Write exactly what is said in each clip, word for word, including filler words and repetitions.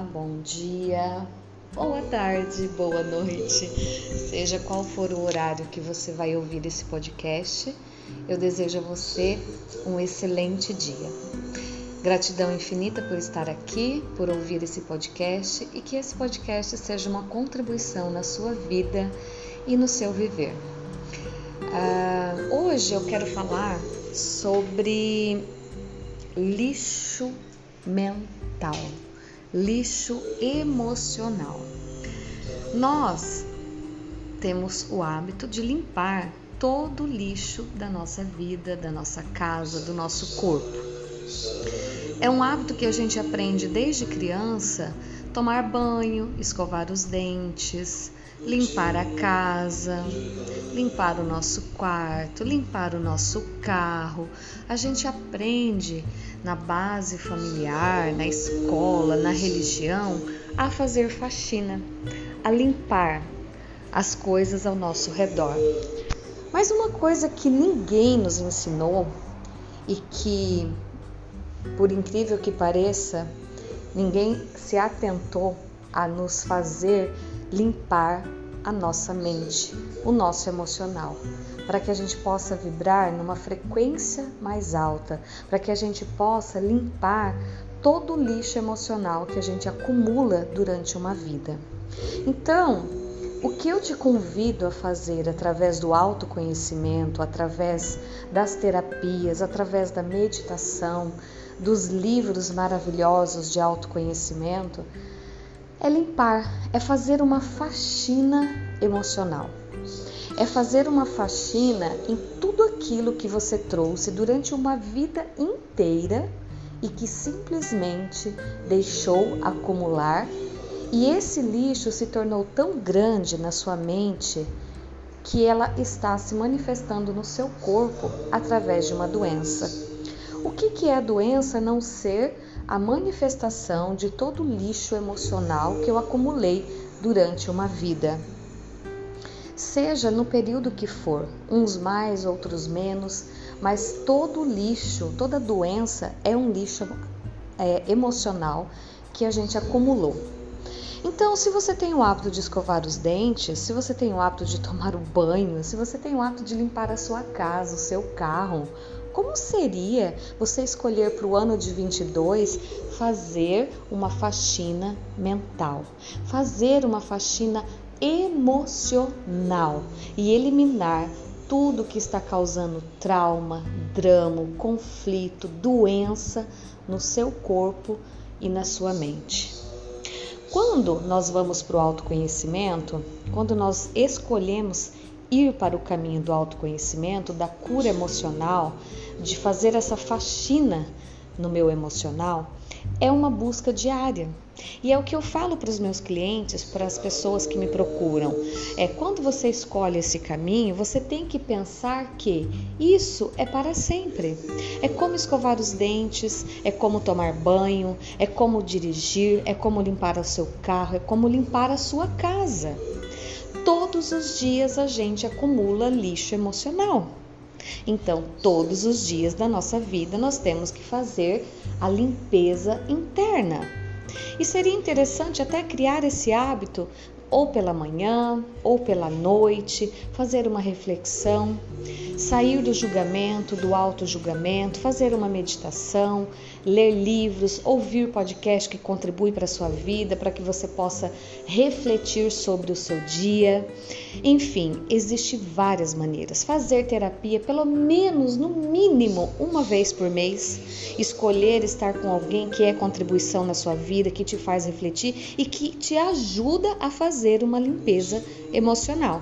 Olá, bom dia, boa tarde, boa noite, seja qual for o horário que você vai ouvir esse podcast, eu desejo a você um excelente dia. Gratidão infinita por estar aqui, por ouvir esse podcast e que esse podcast seja uma contribuição na sua vida e no seu viver. Uh, hoje eu quero falar sobre lixo mental, lixo emocional. Nós temos o hábito de limpar todo o lixo da nossa vida, da nossa casa, do nosso corpo. É um hábito que a gente aprende desde criança: tomar banho, escovar os dentes, limpar a casa, limpar o nosso quarto, limpar o nosso carro. A gente aprende na base familiar, na escola, na religião, a fazer faxina, a limpar as coisas ao nosso redor. Mas uma coisa que ninguém nos ensinou e que, por incrível que pareça, ninguém se atentou a nos fazer limpar a nossa mente, o nosso emocional, para que a gente possa vibrar numa frequência mais alta, para que a gente possa limpar todo o lixo emocional que a gente acumula durante uma vida. Então, o que eu te convido a fazer através do autoconhecimento, através das terapias, através da meditação, dos livros maravilhosos de autoconhecimento, é limpar, é fazer uma faxina emocional. É fazer uma faxina em tudo aquilo que você trouxe durante uma vida inteira e que simplesmente deixou acumular, e esse lixo se tornou tão grande na sua mente que ela está se manifestando no seu corpo através de uma doença. O que que é a doença não ser a manifestação de todo o lixo emocional que eu acumulei durante uma vida? Seja no período que for, uns mais, outros menos, mas todo o lixo, toda doença é um lixo é, emocional que a gente acumulou. Então, se você tem o hábito de escovar os dentes, se você tem o hábito de tomar um banho, se você tem o hábito de limpar a sua casa, o seu carro, como seria você escolher para o ano de vinte e dois fazer uma faxina mental, fazer uma faxina emocional e eliminar tudo que está causando trauma, drama, conflito, doença no seu corpo e na sua mente? Quando nós vamos para o autoconhecimento, quando nós escolhemos ir para o caminho do autoconhecimento, da cura emocional, de fazer essa faxina no meu emocional, é uma busca diária. E é o que eu falo para os meus clientes, para as pessoas que me procuram. É quando você escolhe esse caminho, você tem que pensar que isso é para sempre. É como escovar os dentes, é como tomar banho, é como dirigir, é como limpar o seu carro, é como limpar a sua casa. Todos os dias a gente acumula lixo emocional. Então, todos os dias da nossa vida nós temos que fazer a limpeza interna. E seria interessante até criar esse hábito ou pela manhã ou pela noite, fazer uma reflexão, sair do julgamento, do auto-julgamento, fazer uma meditação, ler livros, ouvir podcast que contribui para a sua vida, para que você possa refletir sobre o seu dia. Enfim, existem várias maneiras. Fazer terapia pelo menos, no mínimo, uma vez por mês. Escolher estar com alguém que é contribuição na sua vida, que te faz refletir e que te ajuda a fazer uma limpeza emocional.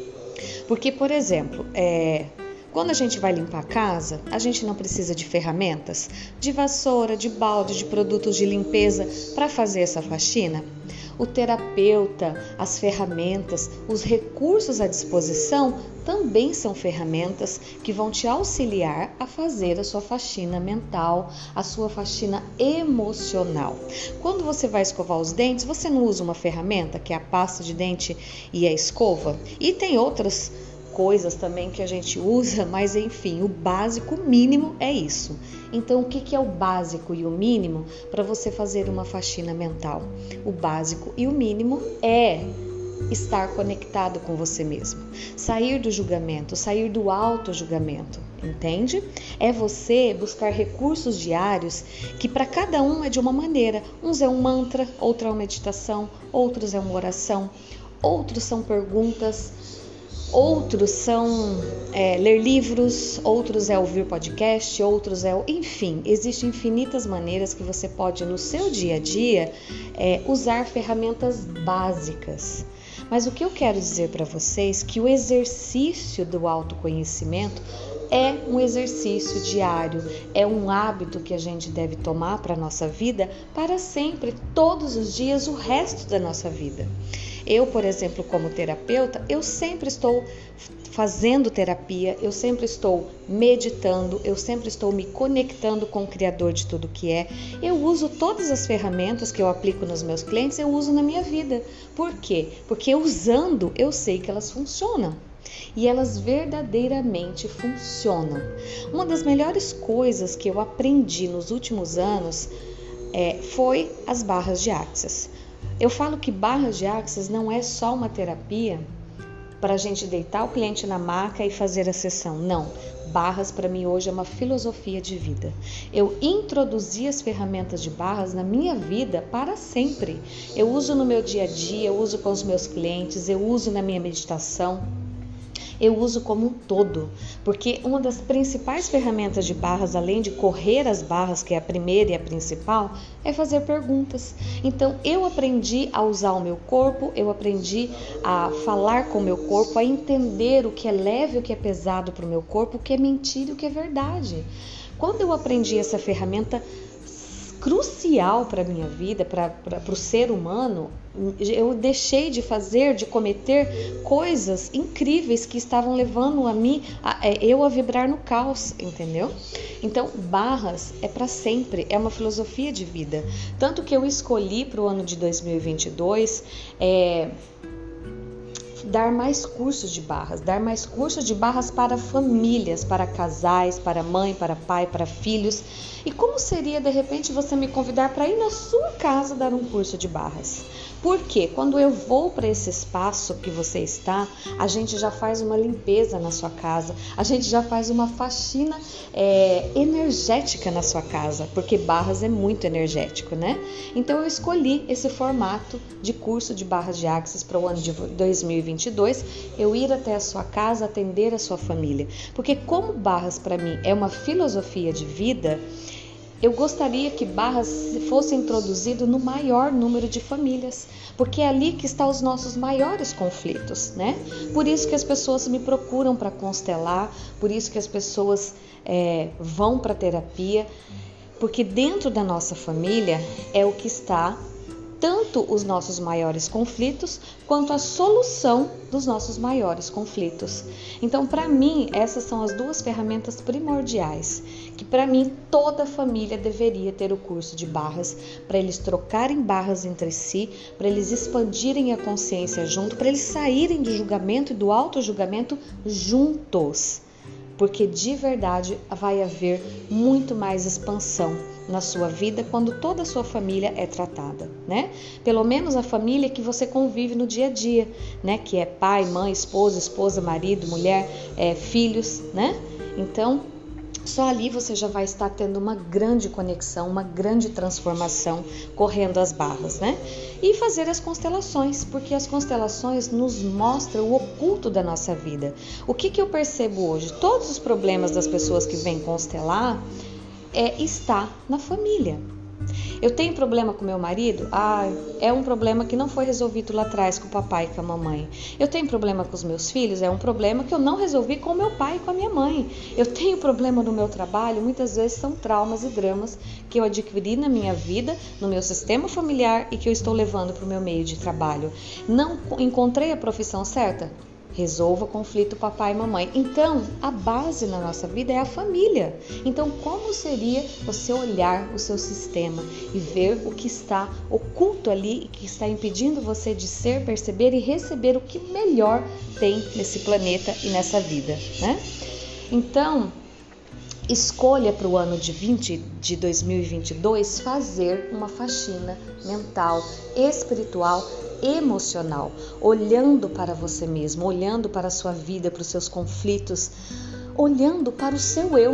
Porque, por exemplo, é... quando a gente vai limpar a casa, a gente não precisa de ferramentas, de vassoura, de balde, de produtos de limpeza para fazer essa faxina. O terapeuta, as ferramentas, os recursos à disposição também são ferramentas que vão te auxiliar a fazer a sua faxina mental, a sua faxina emocional. Quando você vai escovar os dentes, você não usa uma ferramenta que é a pasta de dente e a escova? E tem outras coisas também que a gente usa, mas enfim, o básico, o mínimo é isso. Então, o que, que é o básico e o mínimo para você fazer uma faxina mental? O básico e o mínimo é estar conectado com você mesmo, sair do julgamento, sair do auto-julgamento, entende? É você buscar recursos diários que para cada um é de uma maneira. Uns é um mantra, outro é uma meditação, outros é uma oração, outros são perguntas, outros são é, ler livros, outros é ouvir podcast, outros é... Enfim, existem infinitas maneiras que você pode no seu dia a dia é, usar ferramentas básicas. Mas o que eu quero dizer para vocês é que o exercício do autoconhecimento é um exercício diário, é um hábito que a gente deve tomar para a nossa vida para sempre, todos os dias, o resto da nossa vida. Eu, por exemplo, como terapeuta, eu sempre estou fazendo terapia, eu sempre estou meditando, eu sempre estou me conectando com o Criador de tudo que é. Eu uso todas as ferramentas que eu aplico nos meus clientes, eu uso na minha vida. Por quê? Porque usando, eu sei que elas funcionam. E elas verdadeiramente funcionam. Uma das melhores coisas que eu aprendi nos últimos anos é, foi as barras de Axis. Eu falo que barras de Axis não é só uma terapia para a gente deitar o cliente na maca e fazer a sessão. Não, barras para mim hoje é uma filosofia de vida. Eu introduzi as ferramentas de barras na minha vida para sempre. Eu uso no meu dia a dia, eu uso com os meus clientes, eu uso na minha meditação. Eu uso como um todo, porque uma das principais ferramentas de barras, além de correr as barras, que é a primeira e a principal, é fazer perguntas. Então, eu aprendi a usar o meu corpo, eu aprendi a falar com o meu corpo, a entender o que é leve e o que é pesado para o meu corpo, o que é mentira e o que é verdade. Quando eu aprendi essa ferramenta crucial para a minha vida, para o ser humano, eu deixei de fazer, de cometer coisas incríveis que estavam levando a mim, a, eu a vibrar no caos, entendeu? Então, barras é para sempre, é uma filosofia de vida. Tanto que eu escolhi para o ano de dois mil e vinte e dois é, dar mais cursos de barras, dar mais cursos de barras para famílias, para casais, para mãe, para pai, para filhos. E como seria, de repente, você me convidar para ir na sua casa dar um curso de barras? Porque quando eu vou para esse espaço que você está, a gente já faz uma limpeza na sua casa, a gente já faz uma faxina é, energética na sua casa, porque barras é muito energético, né? Então eu escolhi esse formato de curso de barras de Axis para o ano de dois mil e vinte e dois, eu ir até a sua casa, atender a sua família. Porque como barras para mim é uma filosofia de vida, eu gostaria que barras fosse introduzido no maior número de famílias, porque é ali que estão os nossos maiores conflitos, né? Por isso que as pessoas me procuram para constelar, por isso que as pessoas é, vão para terapia, porque dentro da nossa família é o que está tanto os nossos maiores conflitos quanto a solução dos nossos maiores conflitos. Então, para mim, essas são as duas ferramentas primordiais, que para mim toda família deveria ter o curso de barras, para eles trocarem barras entre si, para eles expandirem a consciência junto, para eles saírem do julgamento e do auto-julgamento juntos. Porque de verdade vai haver muito mais expansão na sua vida quando toda a sua família é tratada, né? Pelo menos a família que você convive no dia a dia, né? Que é pai, mãe, esposa, esposa, marido, mulher, é, filhos, né? Então, só ali você já vai estar tendo uma grande conexão, uma grande transformação correndo as barras, né? E fazer as constelações, porque as constelações nos mostram o oculto da nossa vida. O que, que eu percebo hoje? Todos os problemas das pessoas que vêm constelar é, está na família. Eu tenho problema com meu marido? Ah, é um problema que não foi resolvido lá atrás com o papai e com a mamãe. Eu tenho problema com os meus filhos? É um problema que eu não resolvi com o meu pai e com a minha mãe. Eu tenho problema no meu trabalho? Muitas vezes são traumas e dramas que eu adquiri na minha vida, no meu sistema familiar e que eu estou levando para o meu meio de trabalho. Não encontrei a profissão certa? Resolva o conflito papai e mamãe. Então, a base na nossa vida é a família. Então, como seria você olhar o seu sistema e ver o que está oculto ali e que está impedindo você de ser, perceber e receber o que melhor tem nesse planeta e nessa vida, né? Então, escolha para o ano de, vinte, de dois mil e vinte e dois fazer uma faxina mental, espiritual, emocional, olhando para você mesmo, olhando para a sua vida, para os seus conflitos, olhando para o seu eu.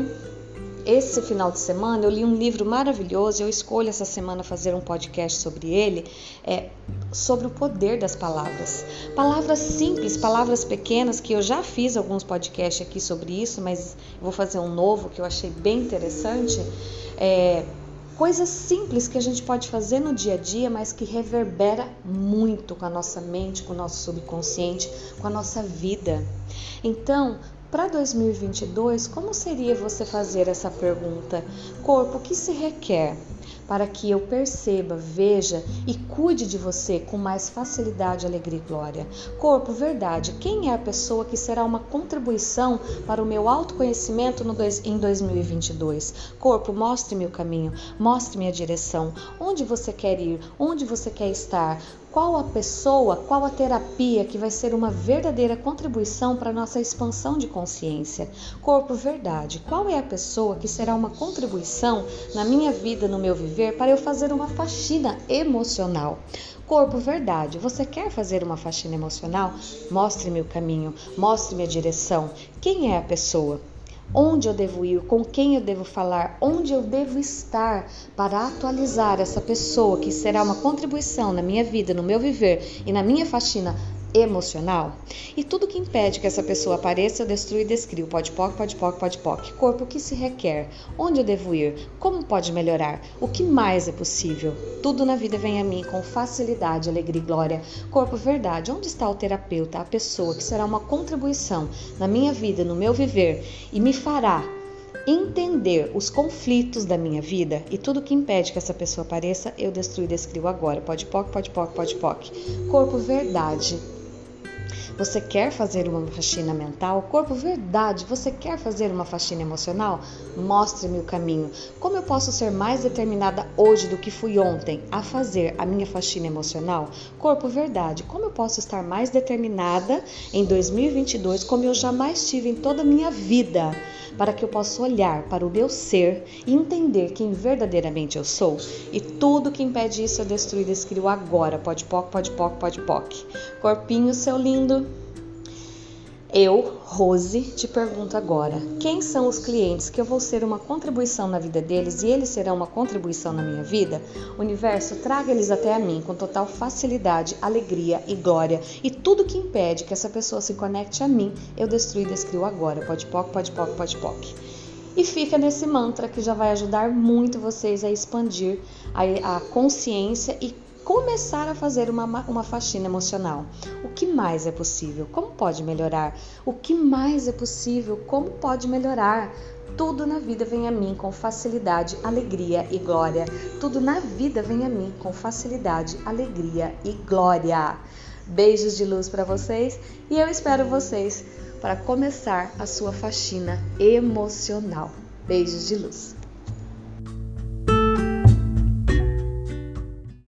Esse final de semana eu li um livro maravilhoso, eu escolho essa semana fazer um podcast sobre ele, é, sobre o poder das palavras. Palavras simples, palavras pequenas, que eu já fiz alguns podcasts aqui sobre isso, mas vou fazer um novo que eu achei bem interessante. É, coisas simples que a gente pode fazer no dia a dia, mas que reverbera muito com a nossa mente, com o nosso subconsciente, com a nossa vida. Então, para dois mil e vinte e dois, como seria você fazer essa pergunta? Corpo, o que se requer para que eu perceba, veja e cuide de você com mais facilidade, alegria e glória? Corpo, verdade, quem é a pessoa que será uma contribuição para o meu autoconhecimento no dois, em dois mil e vinte e dois? Corpo, mostre-me o caminho, mostre-me a direção. Onde você quer ir? Onde você quer estar? Qual a pessoa, qual a terapia que vai ser uma verdadeira contribuição para a nossa expansão de consciência? Corpo, verdade, qual é a pessoa que será uma contribuição na minha vida, no meu viver, para eu fazer uma faxina emocional? Corpo, verdade, você quer fazer uma faxina emocional? Mostre-me o caminho, mostre-me a direção. Quem é a pessoa? Onde eu devo ir, com quem eu devo falar, onde eu devo estar para atualizar essa pessoa que será uma contribuição na minha vida, no meu viver e na minha faxina emocional? E tudo que impede que essa pessoa apareça, eu destruo e descrio. Pode poc, pode poc, pode poc. Corpo, o que se requer? Onde eu devo ir? Como pode melhorar? O que mais é possível? Tudo na vida vem a mim com facilidade, alegria e glória. Corpo, verdade, onde está o terapeuta, a pessoa que será uma contribuição na minha vida, no meu viver e me fará entender os conflitos da minha vida? E tudo que impede que essa pessoa apareça, eu destruo e descrio agora. Pode poc, pode poc, pode poc. Corpo, verdade, você quer fazer uma faxina mental? Corpo, verdade, você quer fazer uma faxina emocional? Mostre-me o caminho. Como eu posso ser mais determinada hoje do que fui ontem a fazer a minha faxina emocional? Corpo, verdade, como eu posso estar mais determinada em dois mil e vinte e dois como eu jamais tive em toda a minha vida, para que eu possa olhar para o meu ser e entender quem verdadeiramente eu sou? E tudo que impede isso eu destruo e descrio agora. Pode poc, pode poc, pode poc. Corpinho, seu lindo. Eu, Rose, te pergunto agora, quem são os clientes que eu vou ser uma contribuição na vida deles e eles serão uma contribuição na minha vida? Universo, traga eles até a mim com total facilidade, alegria e glória. E tudo que impede que essa pessoa se conecte a mim, eu destruo e descrio agora. Pode poc, pode poc, pode poc. E fica nesse mantra que já vai ajudar muito vocês a expandir a, a consciência e começar a fazer uma, uma faxina emocional. O que mais é possível? Como pode melhorar? O que mais é possível? Como pode melhorar? Tudo na vida vem a mim com facilidade, alegria e glória. Tudo na vida vem a mim com facilidade, alegria e glória. Beijos de luz para vocês e eu espero vocês para começar a sua faxina emocional. Beijos de luz.